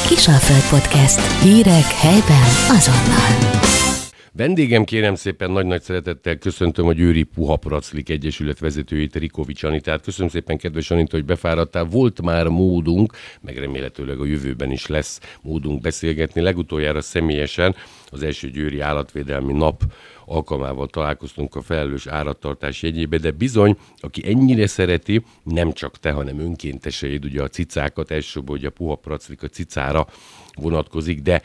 Kisalföld Podcast. Hírek helyben azonnal. Vendégem, kérem szépen, nagy-nagy szeretettel köszöntöm a Győri Puha Praclik Egyesület vezetőjét, Rikovics Anitát. Köszönöm szépen, kedves Anita, hogy befáradtál. Volt már módunk, meg remélhetőleg a jövőben is lesz módunk beszélgetni. Legutoljára személyesen az első Győri Állatvédelmi Nap alkalmával találkoztunk a felelős állattartás jegyébe, de bizony, aki ennyire szereti, nem csak te, hanem önkénteseid, ugye a cicákat, elsősorban ugye a Puha Praclik a cicára vonatkozik, de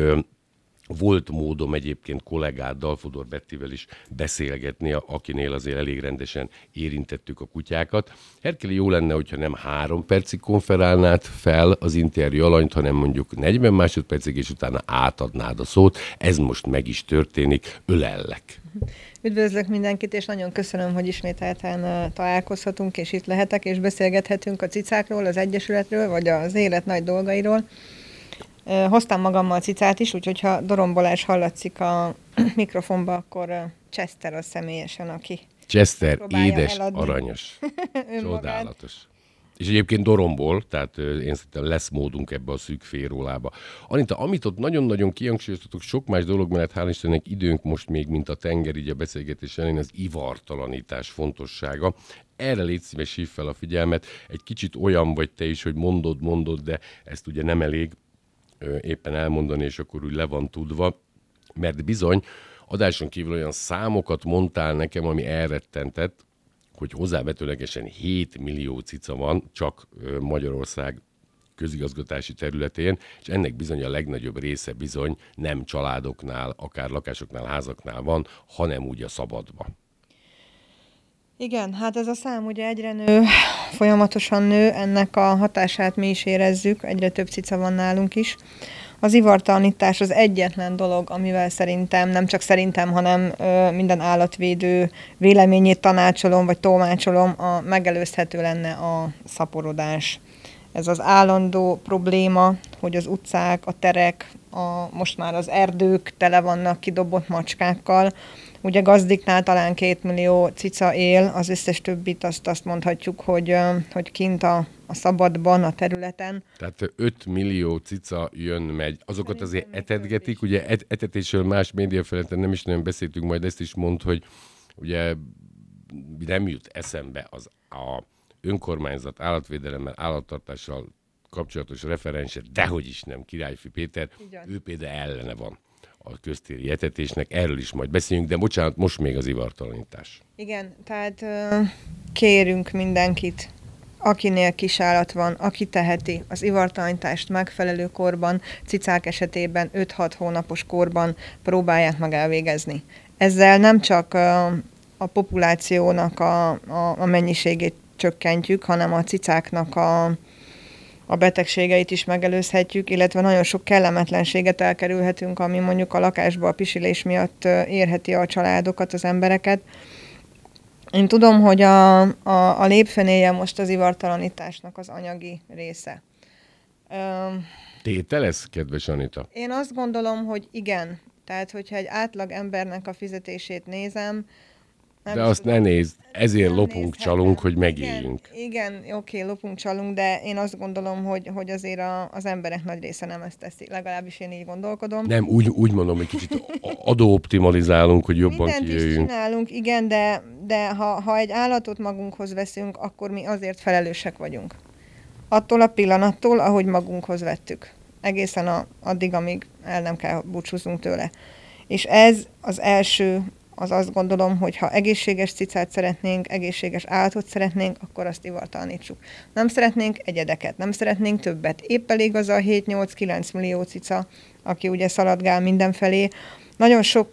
volt módom egyébként kollégáddal, Fodor Bettivel is beszélgetni, akinél azért elég rendesen érintettük a kutyákat. Herkeli, jó lenne, hogyha nem 3 percig konferálnád fel az interjú alanyt, hanem mondjuk 40 másodpercig, és utána átadnád a szót. Ez most meg is történik, ölellek. Üdvözlök mindenkit, és nagyon köszönöm, hogy ismételten találkozhatunk, és itt lehetek, és beszélgethetünk a cicákról, az Egyesületről, vagy az élet nagy dolgairól. Hoztam magammal cicát is, úgyhogy ha dorombolás hallatszik a mikrofonba, akkor Chester az személyesen, aki Chester, édes, eladni. Aranyos, csodálatos. És egyébként dorombol, tehát én szerintem lesz módunk ebbe a szűk félrólába. Anita, amit ott nagyon-nagyon kihangsúlyoztatok, sok más dolog mellett, hál' Istennek időnk most még, mint a tenger, így a beszélgetés elején, az ivartalanítás fontossága. Erre légy szíves, hív fel a figyelmet. Egy kicsit olyan vagy te is, hogy mondod, de ezt ugye nem elég éppen elmondani, és akkor úgy le van tudva, mert bizony adáson kívül olyan számokat mondtál nekem, ami elrettentett, hogy hozzávetőlegesen 7 millió cica van csak Magyarország közigazgatási területén, és ennek bizony a legnagyobb része bizony nem családoknál, akár lakásoknál, házaknál van, hanem úgy a szabadba. Igen, hát ez a szám ugye egyre nő, folyamatosan nő, ennek a hatását mi is érezzük, egyre több cica van nálunk is. Az ivartalanítás az egyetlen dolog, amivel szerintem, nem csak szerintem, hanem minden állatvédő véleményét tanácsolom, vagy tolmácsolom, megelőzhető lenne a szaporodás. Ez az állandó probléma, hogy az utcák, a terek, most már az erdők tele vannak kidobott macskákkal. Ugye gazdiknál talán 2 millió cica él, az összes többit azt mondhatjuk, hogy kint a szabadban, a területen. Tehát 5 millió cica megy. Azokat azért etetgetik, ugye etetésről más médiafelületen nem is nagyon beszéltünk, majd ezt is mond, hogy ugye nem jut eszembe a önkormányzat állatvédelemmel, állattartással kapcsolatos referense, dehogy is nem, Királyfi Péter, ő például ellene van a köztéri etetésnek, erről is majd beszéljünk, de bocsánat, most még az ivartalanítás. Igen, tehát kérünk mindenkit, akinél kisállat van, aki teheti az ivartalanítást megfelelő korban, cicák esetében 5-6 hónapos korban próbálják meg elvégezni. Ezzel nem csak a populációnak a mennyiségét csökkentjük, hanem a cicáknak a betegségeit is megelőzhetjük, illetve nagyon sok kellemetlenséget elkerülhetünk, ami mondjuk a lakásba a pisilés miatt érheti a családokat, az embereket. Én tudom, hogy a lépfenéje most az ivartalanításnak az anyagi része. Tételez, kedves Anita? Én azt gondolom, hogy igen. Tehát, hogyha egy átlag embernek a fizetését nézem, de azt ne nézd, ezért lopunk, csalunk, hogy megéljünk. Igen, oké, lopunk, csalunk, de én azt gondolom, hogy azért az emberek nagy része nem ezt teszi. Legalábbis én így gondolkodom. Nem, úgy mondom, hogy kicsit adóoptimalizálunk, hogy jobban mindent kijöjjünk. Mindent is csinálunk, igen, de ha egy állatot magunkhoz veszünk, akkor mi azért felelősek vagyunk. Attól a pillanattól, ahogy magunkhoz vettük. Egészen addig, amíg el nem kell búcsúznunk tőle. És ez az első. Az azt gondolom, hogy ha egészséges cicát szeretnénk, egészséges állatot szeretnénk, akkor azt ivartalanítsuk. Nem szeretnénk egyedeket, nem szeretnénk többet. Épp elég az a 7-8-9 millió cica, aki ugye szaladgál mindenfelé. Nagyon sok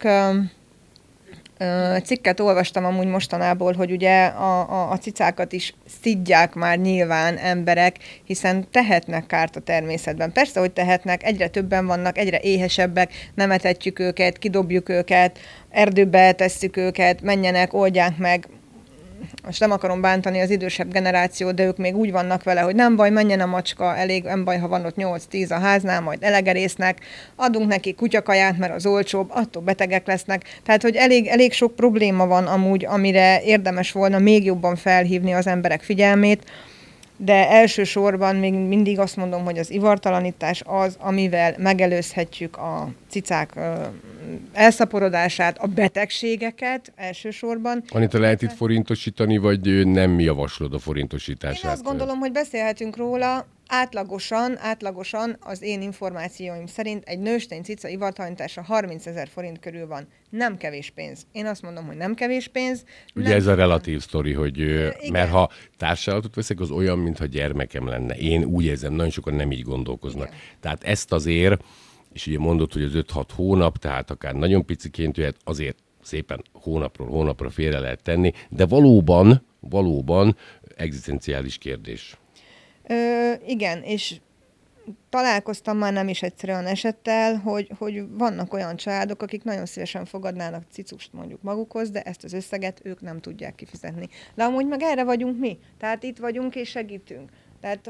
cikket olvastam amúgy mostanából, hogy ugye a cicákat is szidják már nyilván emberek, hiszen tehetnek kárt a természetben. Persze, hogy tehetnek, egyre többen vannak, egyre éhesebbek, nem etetjük őket, kidobjuk őket, erdőbe tesszük őket, menjenek, oldják meg. Most nem akarom bántani az idősebb generációt, de ők még úgy vannak vele, hogy nem baj, menjen a macska, elég, nem baj, ha van ott 8-10 a háznál, majd elegerésznek, adunk neki kutyakaját, mert az olcsóbb, attól betegek lesznek. Tehát, hogy elég sok probléma van amúgy, amire érdemes volna még jobban felhívni az emberek figyelmét. de elsősorban még mindig azt mondom, hogy az ivartalanítás az, amivel megelőzhetjük a cicák elszaporodását, a betegségeket elsősorban. Anita, lehet itt forintosítani, vagy nem javaslod a forintosítását? Én azt gondolom, hogy beszélhetünk róla. Átlagosan az én információim szerint egy nőstény cica ivartalanítása 30 000 forint körül van. Nem kevés pénz. Én azt mondom, hogy nem kevés pénz. Ugye nem ez a relatív sztori, hogy mert ha társállatot veszek, az olyan, mintha gyermekem lenne. Én úgy érzem, nagyon sokan nem így gondolkoznak. Igen. Tehát ezt azért, és ugye mondod, hogy az 5-6 hónap, tehát akár nagyon piciként jöhet, azért szépen hónapról hónapra félre lehet tenni, de valóban egzisztenciális kérdés. Igen, és találkoztam már nem is egyszerűen esettel, hogy vannak olyan családok, akik nagyon szívesen fogadnának cicust mondjuk magukhoz, de ezt az összeget ők nem tudják kifizetni. De amúgy meg erre vagyunk mi. Tehát itt vagyunk és segítünk. Tehát,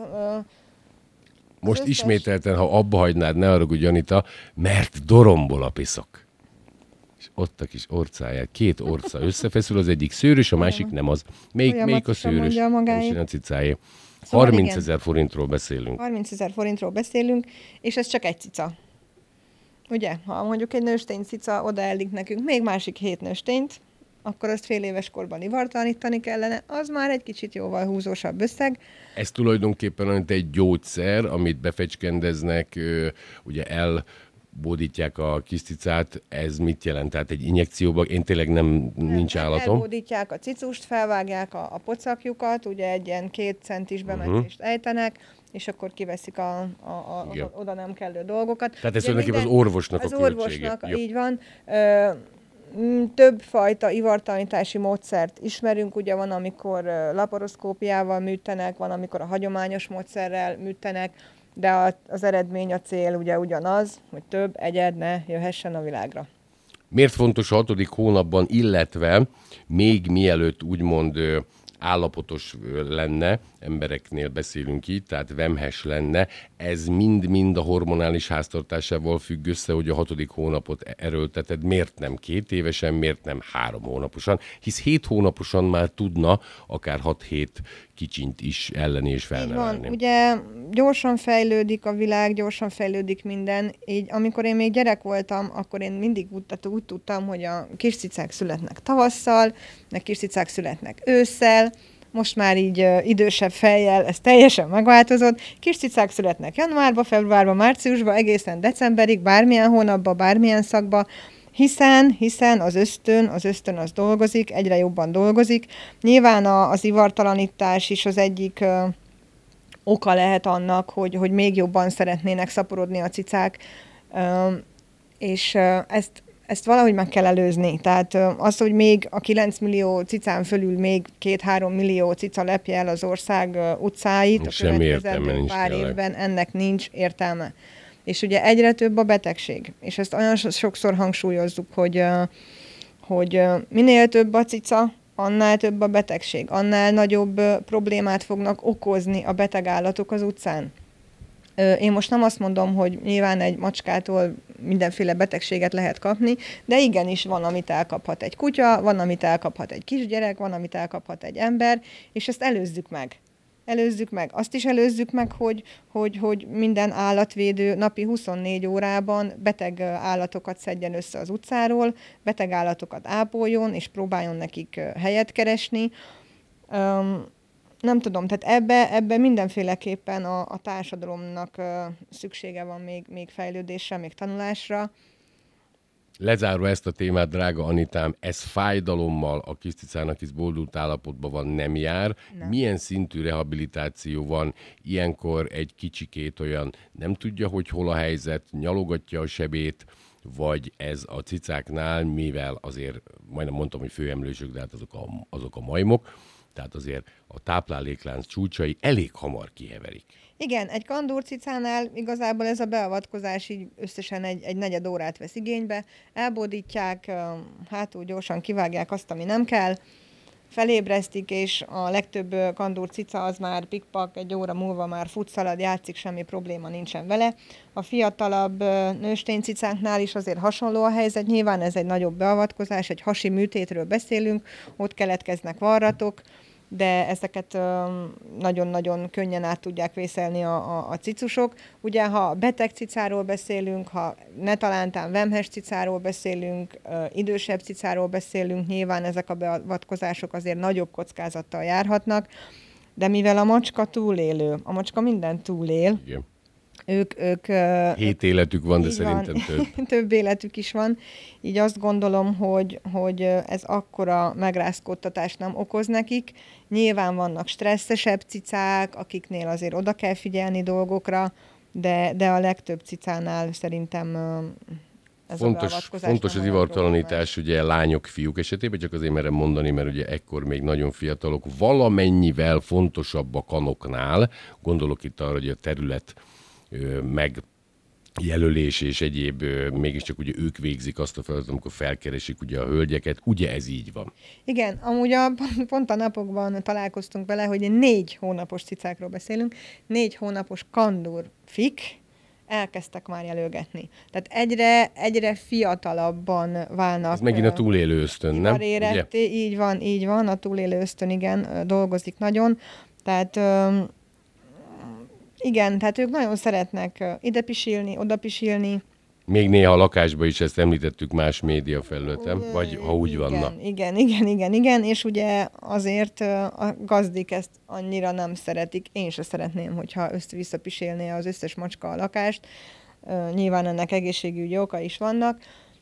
Most ismételten, ha abba hagynád, ne haragudj, Anita, mert dorombol a piszok. És ott a kis orcáját, 2 orca összefeszül, az egyik szőrös, a másik nem az. Melyik a szőrös? Nem a cicáé. Szóval 30 000 forintról beszélünk. 30 000 forintról beszélünk, és ez csak egy cica. Ugye, ha mondjuk egy nőstény cica odaellik nekünk még másik 7 nőstényt, akkor azt fél éves korban ivartalanítani kellene, az már egy kicsit jóval húzósabb összeg. Ez tulajdonképpen egy gyógyszer, amit befecskendeznek, ugye elbódítják a kis cicát, ez mit jelent? Tehát egy injekcióban, én tényleg nincs állatom. Elbódítják a cicust, felvágják a pocakjukat, ugye egy ilyen 2 centis bemetszést ejtenek, és akkor kiveszik oda nem kellő dolgokat. Tehát ez nekem az orvosnak a költsége. Az orvosnak, így van. Több fajta ivartalanítási módszert ismerünk, ugye van, amikor laparoszkópiával műtenek, van, amikor a hagyományos módszerrel műtenek, de az eredmény, a cél ugye ugyanaz, hogy több egyed ne jöhessen a világra. Miért fontos a 6. hónapban, illetve még mielőtt úgymond állapotos lenne, embereknél beszélünk így, tehát vemhes lenne, ez mind-mind a hormonális háztartásával függ össze, hogy a 6. hónapot erőlteted. Miért nem 2 évesen, miért nem 3 hónaposan? Hisz 7 hónaposan már tudna akár 6-7 kicsint is elleni és felnevelni. Van, ugye gyorsan fejlődik a világ, gyorsan fejlődik minden. Így amikor én még gyerek voltam, akkor én mindig úgy tudtam, hogy a kis cicák születnek tavasszal, a kis cicák születnek ősszel. Most már így idősebb fejjel ez teljesen megváltozott. Kis cicák születnek januárba, februárba, márciusba, egészen decemberig, bármilyen hónapba, bármilyen szakba, hiszen az ösztön az dolgozik, egyre jobban dolgozik. Nyilván az ivartalanítás is az egyik oka lehet annak, hogy még jobban szeretnének szaporodni a cicák, és ezt valahogy meg kell előzni. Tehát az, hogy még a 9 millió cicán fölül még 2-3 millió cica lepje el az ország utcáit, a következő pár évben ennek nincs értelme. És ugye egyre több a betegség. És ezt olyan sokszor hangsúlyozzuk, hogy minél több a cica, annál több a betegség, annál nagyobb problémát fognak okozni a beteg állatok az utcán. Én most nem azt mondom, hogy nyilván egy macskától mindenféle betegséget lehet kapni, de igenis van, amit elkaphat egy kutya, van, amit elkaphat egy kisgyerek, van, amit elkaphat egy ember, és ezt előzzük meg. Azt is előzzük meg, hogy minden állatvédő napi 24 órában beteg állatokat szedjen össze az utcáról, beteg állatokat ápoljon, és próbáljon nekik helyet keresni. Nem tudom, tehát ebbe mindenféleképpen a társadalomnak szüksége van még fejlődésre, még tanulásra. Lezárva ezt a témát, drága Anitám, ez fájdalommal a kis cicának is boldult állapotban van, nem jár. Nem. Milyen szintű rehabilitáció van? Ilyenkor egy kicsikét olyan nem tudja, hogy hol a helyzet, nyalogatja a sebét, vagy ez a cicáknál, mivel azért majdnem mondtam, hogy főemlősök, de hát azok a majmok, tehát azért a tápláléklánc csúcsai elég hamar kiheverik. Igen, egy kandúrcicánál igazából ez a beavatkozás így összesen egy negyed órát vesz igénybe, elbódítják, hátul gyorsan kivágják azt, ami nem kell, felébresztik, és a legtöbb kandúrcica az már pikpak, 1 óra múlva már fut, szalad, játszik, semmi probléma nincsen vele. A fiatalabb nősténycicánknál is azért hasonló a helyzet, nyilván ez egy nagyobb beavatkozás, egy hasi műtétről beszélünk, ott keletkeznek varratok, de ezeket nagyon-nagyon könnyen át tudják vészelni a cicusok. Ugye, ha beteg cicáról beszélünk, ha netalántán vemhes cicáról beszélünk, idősebb cicáról beszélünk, nyilván ezek a beavatkozások azért nagyobb kockázattal járhatnak, de mivel a macska túlélő, a macska mindent túlél, Igen. ők 7 életük van, de szerintem van. több. Több életük is van. Így azt gondolom, hogy ez akkora megrázkódtatást nem okoz nekik. Nyilván vannak stresszesebb cicák, akiknél azért oda kell figyelni dolgokra, de a legtöbb cicánál szerintem ez a beavatkozás Fontos nem az olyan ivartalanítás, ugye lányok, fiúk esetében, csak azért merem mondani, mert ugye ekkor még nagyon fiatalok, valamennyivel fontosabb a kanoknál, gondolok itt arra, hogy a terület megjelölés és egyéb, mégiscsak ugye ők végzik azt a feladatot, amikor felkeresik ugye a hölgyeket, ugye ez így van. Igen, amúgy pont a napokban találkoztunk vele, hogy 4 hónapos cicákról beszélünk, 4 hónapos kandúrfik elkezdtek már jelölgetni. Tehát egyre fiatalabban válnak. Ez megint a túlélő ösztön, nem? Ugye? Így van, a túlélő ösztön, igen, dolgozik nagyon. Tehát igen, tehát ők nagyon szeretnek ide pisilni, oda pisilni. Még néha a lakásban is ezt említettük más média felületen, vagy ha úgy vannak. Igen, és ugye azért a gazdik ezt annyira nem szeretik. Én se szeretném, hogyha össze-vissza pisilné az összes macska a lakást. Nyilván ennek egészségügyi oka is vannak.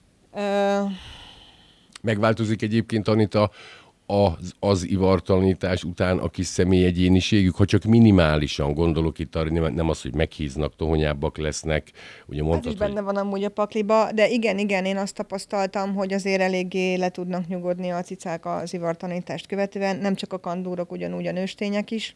Megváltozik egyébként, Anita, az ivartalanítás után a kis személyegyéniségük, ha csak minimálisan, gondolok itt arra, nem az, hogy meghíznak, tohonyábbak lesznek. Ugye mondtad, ez is benne van amúgy a pakliba, de igen, én azt tapasztaltam, hogy azért eléggé le tudnak nyugodni a cicák az ivartalanítást követően, nem csak a kandúrok, ugyanúgy a nőstények is.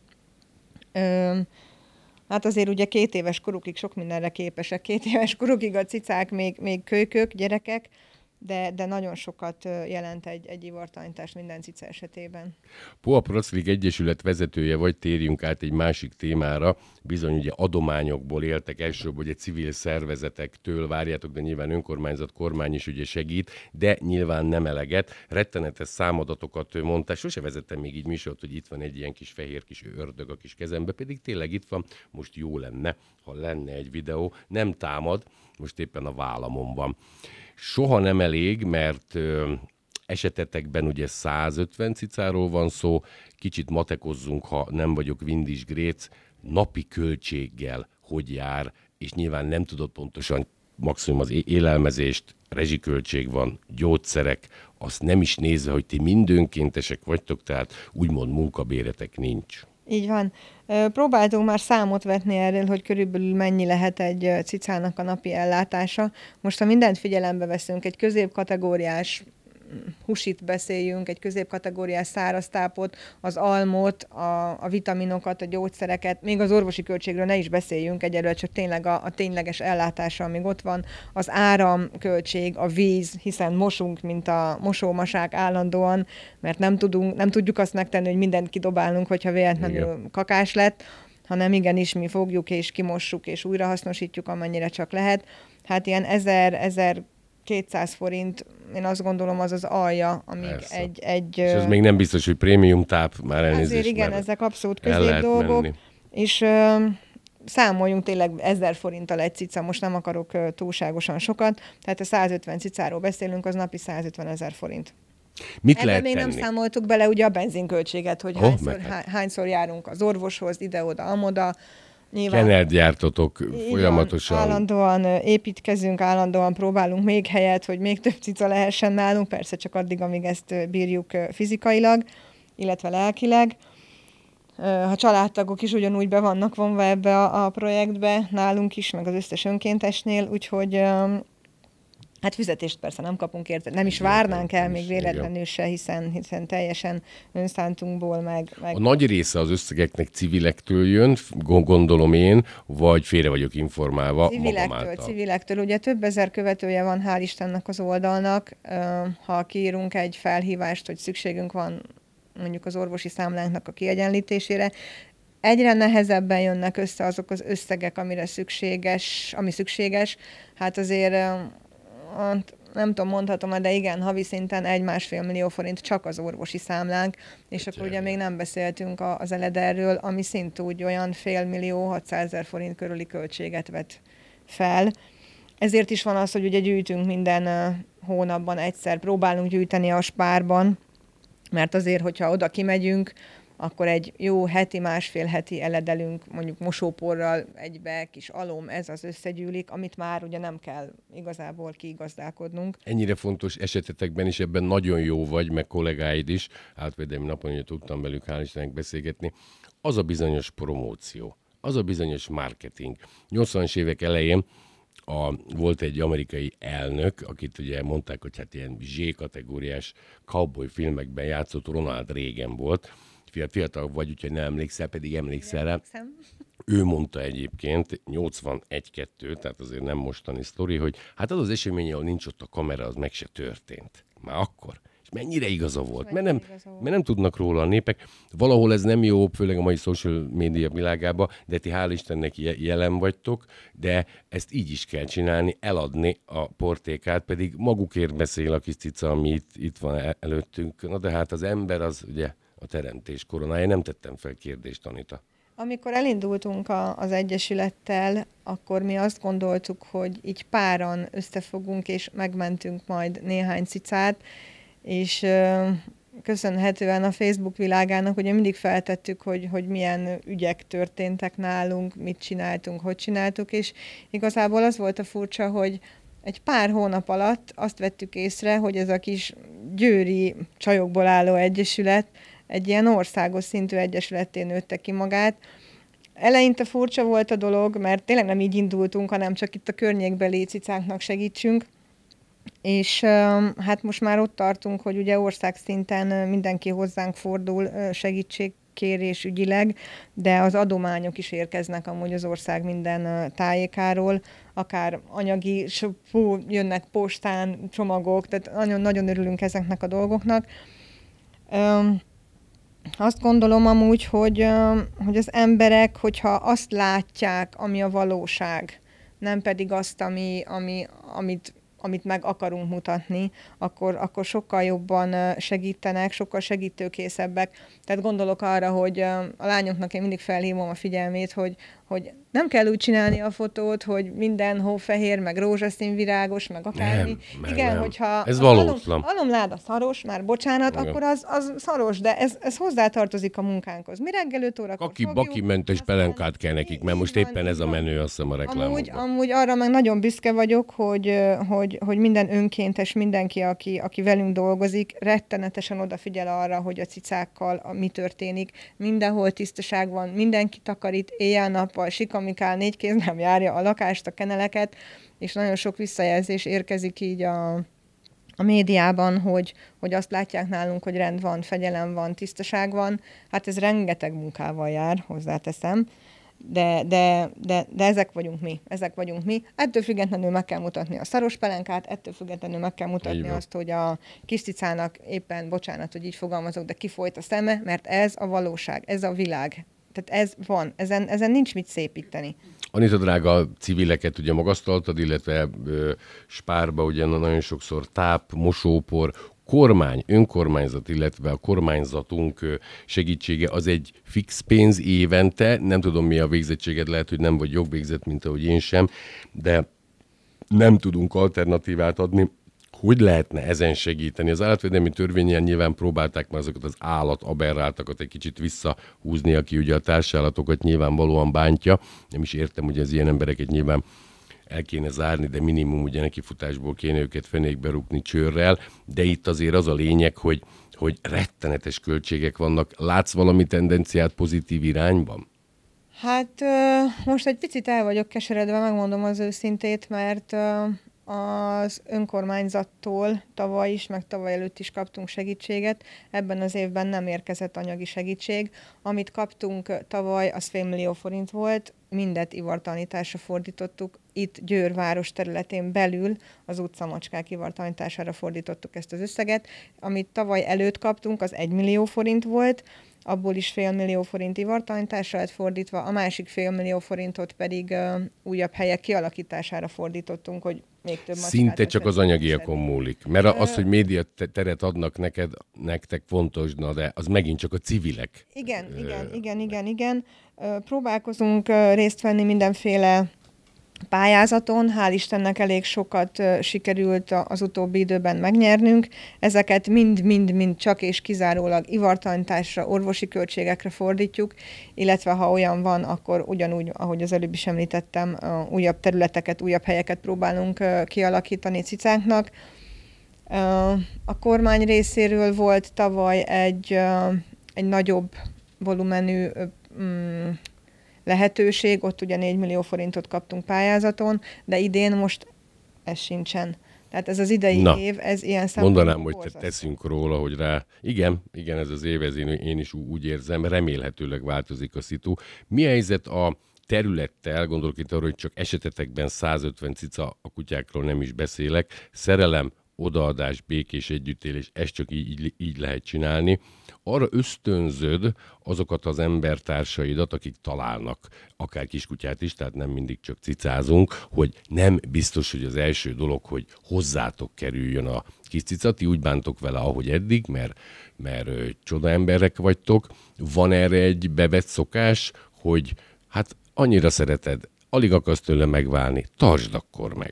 Hát azért ugye 2 éves korukig sok mindenre képesek, 2 éves korukig a cicák még kölykök, gyerekek, de nagyon sokat jelent egy ivartalanítás minden cica esetében. Puha-Praclik Egyesület vezetője vagy, térjünk át egy másik témára. Bizony ugye adományokból éltek, elsősorban ugye civil szervezetektől várjátok, de nyilván önkormányzat, kormány is ugye segít, de nyilván nem eleget. Rettenetes számadatokat mondtál, sose vezettem még így műsort, hogy itt van egy ilyen kis fehér kis ördög a kis kezembe, pedig tényleg itt van, most jó lenne, ha lenne egy videó, nem támad, most éppen a vállamon van. Soha nem elég, mert esetetekben ugye 150 cicáról van szó, kicsit matekozzunk, ha nem vagyok Vindis Gréc, napi költséggel hogy jár, és nyilván nem tudod pontosan maximum az élelmezést, rezsiköltség van, gyógyszerek, azt nem is nézve, hogy ti mind önkéntesek vagytok, tehát úgymond munkabéretek nincs. Így van. Próbáltunk már számot vetni erről, hogy körülbelül mennyi lehet egy cicának a napi ellátása. Most, ha mindent figyelembe veszünk, egy középkategóriás husit beszéljünk, egy középkategóriás száraztápot, az almot, a vitaminokat, a gyógyszereket, még az orvosi költségről ne is beszéljünk egyelőre, csak tényleg a tényleges ellátása, amíg ott van, az áramköltség, a víz, hiszen mosunk, mint a mosómasák állandóan, mert nem tudjuk azt megtenni, hogy mindent kidobálunk, hogyha véletlenül kakás lett, hanem igenis mi fogjuk és kimossuk és újrahasznosítjuk, amennyire csak lehet. Hát ilyen 1000-1200 forint, én azt gondolom, az az alja, amíg egy... És ez még nem biztos, hogy prémium táp, már elnézést. Azért igen, ezek abszolút középdolgok. És számoljunk tényleg 1000 forinttal egy cica, most nem akarok túlságosan sokat, tehát a 150 cicáról beszélünk, az napi 150 000 forint. Mit ebben lehet még tenni? Nem számoltuk bele ugye a benzinköltséget, hogy hányszor járunk az orvoshoz, ide-oda, amoda. Kenert gyártotok folyamatosan. Állandóan építkezünk, állandóan próbálunk még helyet, hogy még több cica lehessen nálunk, persze csak addig, amíg ezt bírjuk fizikailag, illetve lelkileg. A családtagok is ugyanúgy be vannak vonva ebbe a projektbe, nálunk is, meg az összes önkéntesnél, úgyhogy hát fizetést persze nem kapunk érte, nem is várnánk el még véletlenül se, hiszen teljesen önszántunkból meg... A nagy része az összegeknek civilektől jön, gondolom én, vagy félre vagyok informálva Civilektől. Ugye több ezer követője van, hál' Istennek az oldalnak. Ha kiírunk egy felhívást, hogy szükségünk van mondjuk az orvosi számlánknak a kiegyenlítésére, egyre nehezebben jönnek össze azok az összegek, ami szükséges. Hát azért nem tudom, mondhatom, de igen, havi szinten 1-1,5 millió forint csak az orvosi számlánk, és akkor ugye még nem beszéltünk az Elederről, ami szintúgy olyan 500.000-600.000 forint körüli költséget vet fel. Ezért is van az, hogy ugye gyűjtünk minden hónapban egyszer, próbálunk gyűjteni a Spárban, mert azért, hogyha oda kimegyünk, akkor egy jó heti, másfél heti eledelünk, mondjuk mosóporral egybe, kis alom, ez az összegyűlik, amit már ugye nem kell igazából kigazdálkodnunk. Ennyire fontos esetetekben is ebben nagyon jó vagy, meg kollégáid is, átvédelmi napon, hogy tudtam velük hál' Istennek beszélgetni, az a bizonyos promóció, az a bizonyos marketing. 80-as évek elején volt egy amerikai elnök, akit ugye mondták, hogy hát ilyen Z-kategóriás cowboy filmekben játszott, Ronald Reagan volt. Fiatal vagy, úgyhogy nem emlékszel, pedig emlékszel rá. Ő mondta egyébként 81-2, tehát azért nem mostani sztori, hogy hát az esemény, ahol nincs ott a kamera, az meg se történt. Már akkor. És mennyire igaza volt, mert nem tudnak róla a népek. Valahol ez nem jó, főleg a mai social media világában, de ti hál' Istennek jelen vagytok, de ezt így is kell csinálni, eladni a portékát, pedig magukért beszél a kis cica, ami itt van előttünk. Na de hát az ember az ugye a teremtés koronája. Nem tettem fel kérdést, Anita. Amikor elindultunk az Egyesülettel, akkor mi azt gondoltuk, hogy így páran összefogunk, és megmentünk majd néhány cicát, és köszönhetően a Facebook világának, ugye mindig feltettük, hogy milyen ügyek történtek nálunk, mit csináltunk, hogy csináltuk, és igazából az volt a furcsa, hogy egy pár hónap alatt azt vettük észre, hogy ez a kis győri csajokból álló egyesület egy ilyen országos szintű egyesületté nőtte ki magát. Eleinte furcsa volt a dolog, mert tényleg nem így indultunk, hanem csak itt a környékbeli cicáknak segítsünk. És hát most már ott tartunk, hogy ugye országszinten mindenki hozzánk fordul segítségkérés ügyileg, de az adományok is érkeznek amúgy az ország minden tájékáról, akár anyagi, jönnek postán csomagok, tehát nagyon-nagyon örülünk ezeknek a dolgoknak. Azt gondolom amúgy, hogy az emberek, hogyha azt látják, ami a valóság, nem pedig azt, amit meg akarunk mutatni, akkor sokkal jobban segítenek, sokkal segítőkészebbek. Tehát gondolok arra, hogy a lányoknak én mindig felhívom a figyelmét, hogy nem kell úgy csinálni a fotót, hogy minden hófehér, meg rózsaszín virágos, meg akármi. Igen, nem. hogyha ez valótlan. Alomláda szaros, már bocsánat, igen. Akkor az szaros, de ez hozzátartozik a munkánkhoz. Mi reggel 5 órakor Kaki-baki-mentes pelenkát kell nekik, mert most éppen ez a menő, azt hiszem a reklámokban. Amúgy arra meg nagyon büszke vagyok, hogy minden önkéntes, mindenki, aki velünk dolgozik, rettenetesen odafigyel arra, hogy a cicákkal mi történik. Mindenhol tisztaság van, mindenki takarít, éjjel-nappal, sikamikál, 4 kézben járja a lakást, a keneleket, és nagyon sok visszajelzés érkezik így a médiában, hogy azt látják nálunk, hogy rend van, fegyelem van, tisztaság van. Hát ez rengeteg munkával jár, hozzáteszem. De ezek vagyunk mi. Ettől függetlenül meg kell mutatni a szaros pelenkát, ettől függetlenül meg kell mutatni azt, hogy a kis cicának éppen, bocsánat, hogy így fogalmazok, de kifolyt a szeme, mert ez a valóság, ez a világ. Tehát ez van, ezen nincs mit szépíteni. Anita drága, civileket ugye magasztaltad, illetve Spárba ugye nagyon sokszor táp, mosópor, kormány, önkormányzat, illetve a kormányzatunk segítsége az egy fix pénz évente, nem tudom mi a végzettséged, lehet, hogy nem vagy jobb végzett, mint ahogy én sem, de nem tudunk alternatívát adni. Hogy lehetne ezen segíteni? Az állatvédelmi törvényen nyilván próbálták már azokat az aberráltakat egy kicsit visszahúzni, aki ugye a társállatokat nyilvánvalóan bántja. Nem is értem, hogy az ilyen embereket nyilván el kéne zárni, de minimum ugye nekifutásból kéne őket fenékbe rúgni csőrrel, de itt azért az a lényeg, hogy rettenetes költségek vannak. Látsz valami tendenciát pozitív irányban? Hát most egy picit el vagyok keseredve, megmondom az őszintét, mert az önkormányzattól tavaly is, meg tavaly előtt is kaptunk segítséget. Ebben az évben nem érkezett anyagi segítség. Amit kaptunk tavaly, az 500 000 forint volt, mindet ivartalanításra fordítottuk. Itt Győr város területén belül az utcamacskák ivartalanítására fordítottuk ezt az összeget. Amit tavaly előtt kaptunk, az 1 millió forint volt. abból is 500 000 forint ivartalanításra lett fordítva, a másik 500 000 forintot pedig újabb helyek kialakítására fordítottunk, hogy még több macskát Szinte csak az anyagiakon múlik. Mert az, hogy média teret adnak nektek fontos, de az megint csak a civilek. Igen. Próbálkozunk részt venni mindenféle pályázaton, hál' Istennek elég sokat sikerült az utóbbi időben megnyernünk. Ezeket mind csak és kizárólag ivartalanításra, orvosi költségekre fordítjuk, illetve ha olyan van, akkor ugyanúgy, ahogy az előbb is említettem, újabb területeket, újabb helyeket próbálunk kialakítani cicánknak. A kormány részéről volt tavaly egy nagyobb volumenű lehetőség, ott ugye 4 millió forintot kaptunk pályázaton, de idén most ez sincsen. Tehát ez az idei év, ez ilyen szempontból mondanám, hogy teszünk róla, hogy rá, igen, ez az év, ez én is úgy érzem, remélhetőleg változik a szitu. Mi a helyzet a területtel, gondolok itt arra, hogy csak esetetekben 150 cica, a kutyákról nem is beszélek, szerelem, odaadás, békés együttélés, ezt csak így lehet csinálni. Arra ösztönzöd azokat az embertársaidat, akik találnak akár kiskutyát is, tehát nem mindig csak cicázunk, hogy nem biztos, hogy az első dolog, hogy hozzátok kerüljön a kis cica, ti úgy bántok vele, ahogy eddig, mert csoda emberek vagytok. Van erre egy bevett szokás, hogy hát annyira szereted, alig akarsz tőle megválni, tartsd akkor meg.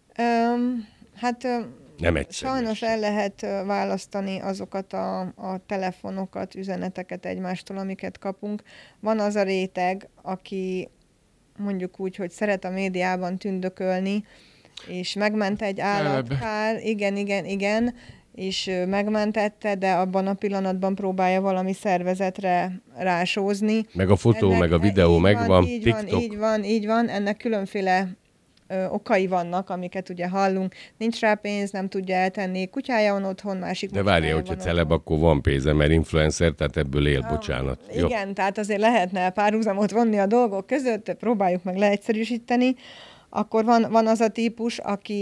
Nem egyszerű. Sajnos el lehet választani azokat a telefonokat, üzeneteket egymástól, amiket kapunk. Van az a réteg, aki mondjuk úgy, hogy szeret a médiában tündökölni, és megment egy állatkár, igen, és megmentette, de abban a pillanatban próbálja valami szervezetre rásózni. Meg a fotó, meg a videó megvan, TikTok. Így van, ennek különféle okai vannak, amiket ugye hallunk, nincs rá pénz, nem tudja eltenni, kutyája van otthon, másik de várja, hogyha celeb, akkor van pénze, mert influencer, tehát ebből él, bocsánat. Igen, tehát azért lehetne párhuzamot vonni a dolgok között, próbáljuk meg leegyszerűsíteni. Akkor van az a típus,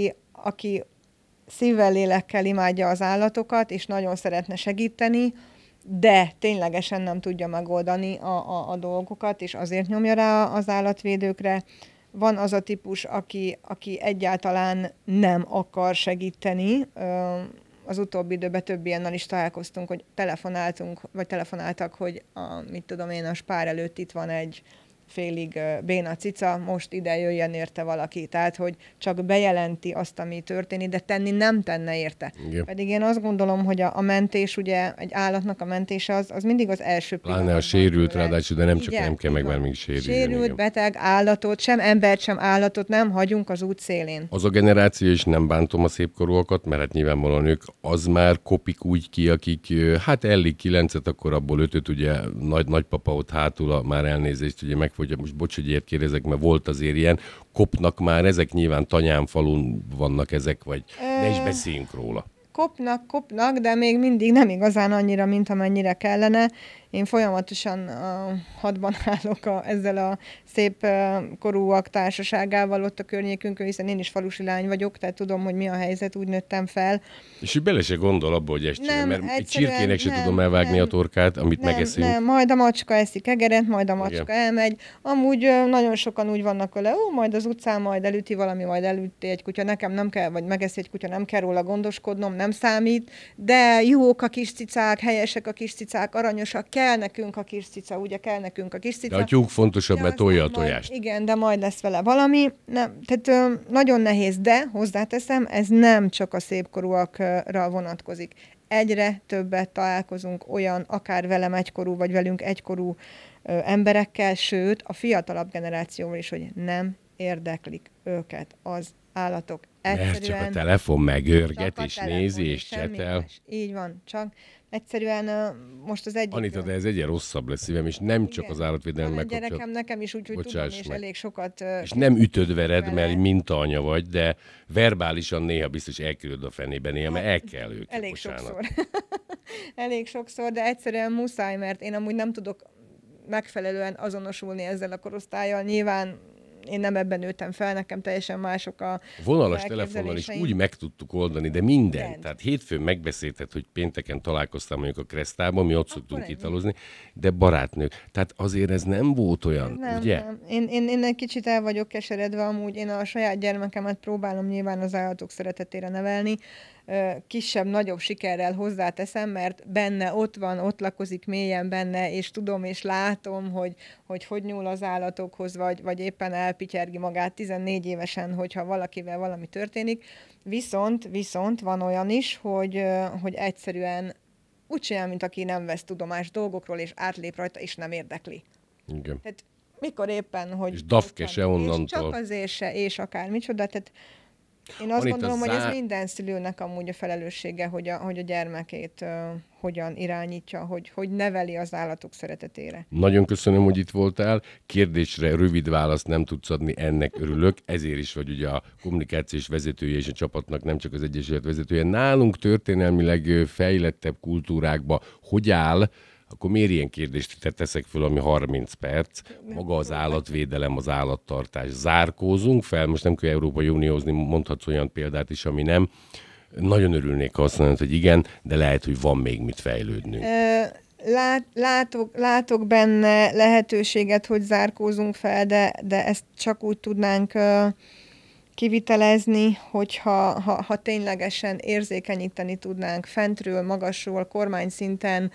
aki szívvel, lélekkel imádja az állatokat, és nagyon szeretne segíteni, de ténylegesen nem tudja megoldani a dolgokat, és azért nyomja rá az állatvédőkre. Van az a típus, aki egyáltalán nem akar segíteni. Az utóbbi időben több ilyennel is találkoztunk, hogy telefonáltak, hogy a spár előtt itt van egy félig béna cica, most ide jöjjön érte valaki. Tehát, hogy csak bejelenti azt, ami történik, de tenni nem tenne érte. Igen. Pedig én azt gondolom, hogy a mentés, ugye egy állatnak a mentése az mindig az első pillanatban. Pláne a sérült ráadásul, de nem csak nem kell megvárni, még sérüljön. Sérült, beteg állatot, sem embert, sem állatot nem hagyunk az út szélén. Az a generáció, és nem bántom a szépkorúakat, mert hát nyilvánvalóan ők az már kopik úgy ki, akik hát ellig 9-et, akkor abból 5-öt, ugye nagypapa ott hátul, már elnézést, ugye megfogja, most bocs, hogy ilyet kérdezek, mert volt azért ilyen, kopnak már ezek, nyilván Tanyán falun vannak ezek, vagy ne is beszéljünk róla. Kopnak, de még mindig nem igazán annyira, mint amennyire kellene. Én folyamatosan hadban állok ezzel a szép korúak társaságával ott a környékünkön, hiszen én is falusi lány vagyok, tehát tudom, hogy mi a helyzet, úgy nőttem fel. És bele se gondol abba, hogy ezt csinál, mert egy csirkének se tudom elvágni a torkát, amit megeszünk. Nem, majd a macska eszik egeret, majd a macska elmegy. Amúgy nagyon sokan úgy vannak vele, majd az utcán majd elüti valami, majd elüti egy kutya, nekem nem kell, vagy megeszi egy kutya, nem kell róla gondoskodnom, nem számít, de jók a kis cicák, helyesek a kis cicák, aranyosak, kell nekünk a kis cica, ugye kell nekünk a kis cica. De a tyúk fontosabb, mert tolja a tojást. Igen, de majd lesz vele valami. Nem, tehát nagyon nehéz, de hozzáteszem, ez nem csak a szépkorúakra vonatkozik. Egyre többet találkozunk olyan, akár velem egykorú, vagy velünk egykorú emberekkel, sőt, a fiatalabb generációval is, hogy nem érdeklik őket az állatok. Mert csak a telefon megörget, és nézi, és csetel. Így van, csak egyszerűen most az egyik... Anita, de ez egyre rosszabb lesz szívem, és nem csak az állatvédelemmel kapcsolatban. Gyerekem, nekem is úgy, hogy tudom, és elég sokat... És nem ütöd vered, mert mintaanya vagy, de verbálisan néha biztos elküldöd a fenébe, néha, mert el kell őket. Elég sokszor. Elég sokszor, de egyszerűen muszáj, mert én amúgy nem tudok megfelelően azonosulni ezzel a korosztállyal. Nyilván én nem ebben nőttem fel, nekem teljesen mások a vonalas telefonnal is úgy meg tudtuk oldani, de minden. Tehát hétfőn megbeszélted, hogy pénteken találkoztam mondjuk a Kresztában, mi ott szoktunk italozni, de barátnők. Tehát azért ez nem volt olyan, nem, ugye? Nem. Én egy kicsit el vagyok keseredve, amúgy én a saját gyermekemet próbálom nyilván az állatok szeretetére nevelni, kisebb-nagyobb sikerrel hozzáteszem, mert benne ott van, ott lakozik mélyen benne, és tudom és látom, hogy nyúl az állatokhoz, vagy éppen elpityergi magát 14 évesen, hogyha valakivel valami történik. Viszont van olyan is, hogy egyszerűen úgy csinál, mint aki nem vesz tudomást dolgokról, és átlép rajta, és nem érdekli. Igen. Tehát mikor éppen, hogy... És dafke se onnantól. És csak azért se, és akár micsoda, tehát én azt gondolom, hogy ez minden szülőnek amúgy a felelőssége, hogy a gyermekét hogyan irányítja, hogy neveli az állatok szeretetére. Nagyon köszönöm, hogy itt voltál. Kérdésre rövid választ nem tudsz adni, ennek örülök. Ezért is vagy ugye a kommunikációs vezetője és a csapatnak, nem csak az Egyesület vezetője. Nálunk történelmileg fejlettebb kultúrákban hogy áll, akkor miért ilyen kérdést teszek föl, ami 30 perc? Maga az állatvédelem, az állattartás. Zárkózunk fel, most nem kell Európai Uniózni, mondhatsz olyan példát is, ami nem. Nagyon örülnék, ha azt mondod, hogy igen, de lehet, hogy van még mit fejlődnünk. Látok benne lehetőséget, hogy zárkózunk fel, de ezt csak úgy tudnánk kivitelezni, hogyha ténylegesen érzékenyíteni tudnánk fentről, magasról, kormányszinten,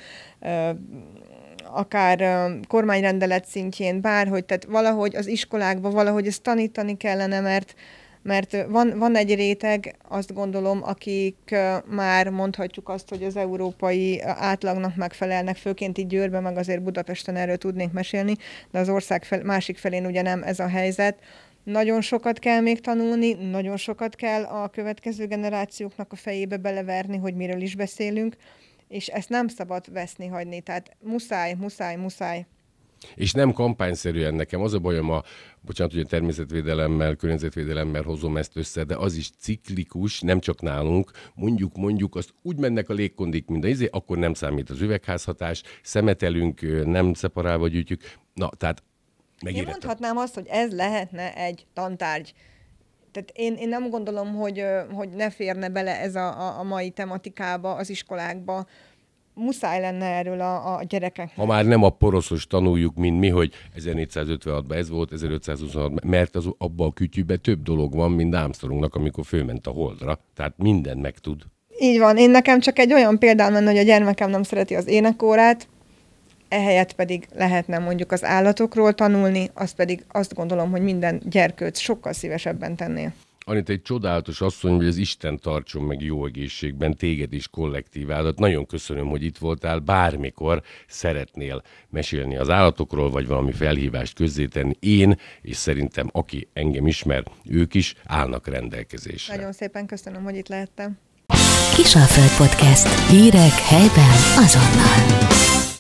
akár kormányrendelet szintjén, bárhogy, tehát valahogy az iskolákban valahogy ezt tanítani kellene, mert van egy réteg, azt gondolom, akik már mondhatjuk azt, hogy az európai átlagnak megfelelnek, főként itt Győrben, meg azért Budapesten erről tudnék mesélni, de az ország másik felén ugye nem ez a helyzet. Nagyon sokat kell még tanulni, nagyon sokat kell a következő generációknak a fejébe beleverni, hogy miről is beszélünk, és ezt nem szabad veszni hagyni, tehát muszáj. És nem kampányszerűen nekem az a bajom bocsánat, hogy a természetvédelemmel, környezetvédelemmel hozom ezt össze, de az is ciklikus, nem csak nálunk, mondjuk azt úgy mennek a légkondik, mint akkor nem számít az üvegházhatás, szemetelünk, nem szeparálva gyűjtjük, na, tehát én mondhatnám azt, hogy ez lehetne egy tantárgy. Tehát én nem gondolom, hogy ne férne bele ez a mai tematikába, az iskolákba. Muszáj lenne erről a gyerekeknek. Ha már nem a poroszos tanuljuk, mint mi, hogy 1456-ban ez volt, 1526-ban, mert abban a kütyűben több dolog van, mint Armstrongnak, amikor fölment a Holdra. Tehát mindent megtud. Így van. Én nekem csak egy olyan példám lenne, hogy a gyermekem nem szereti az énekórát, ehelyett pedig lehetne mondjuk az állatokról tanulni, azt gondolom, hogy minden gyerkőc sokkal szívesebben tenné. Anita, egy csodálatos asszony, hogy az Isten tartson meg jó egészségben, téged is kollektívádat. Nagyon köszönöm, hogy itt voltál. Bármikor szeretnél mesélni az állatokról, vagy valami felhívást közzétenni, én, és szerintem aki engem ismer, ők is állnak rendelkezésre. Nagyon szépen köszönöm, hogy itt lehettem. Kisalföld Podcast. Hírek helyben azonnal.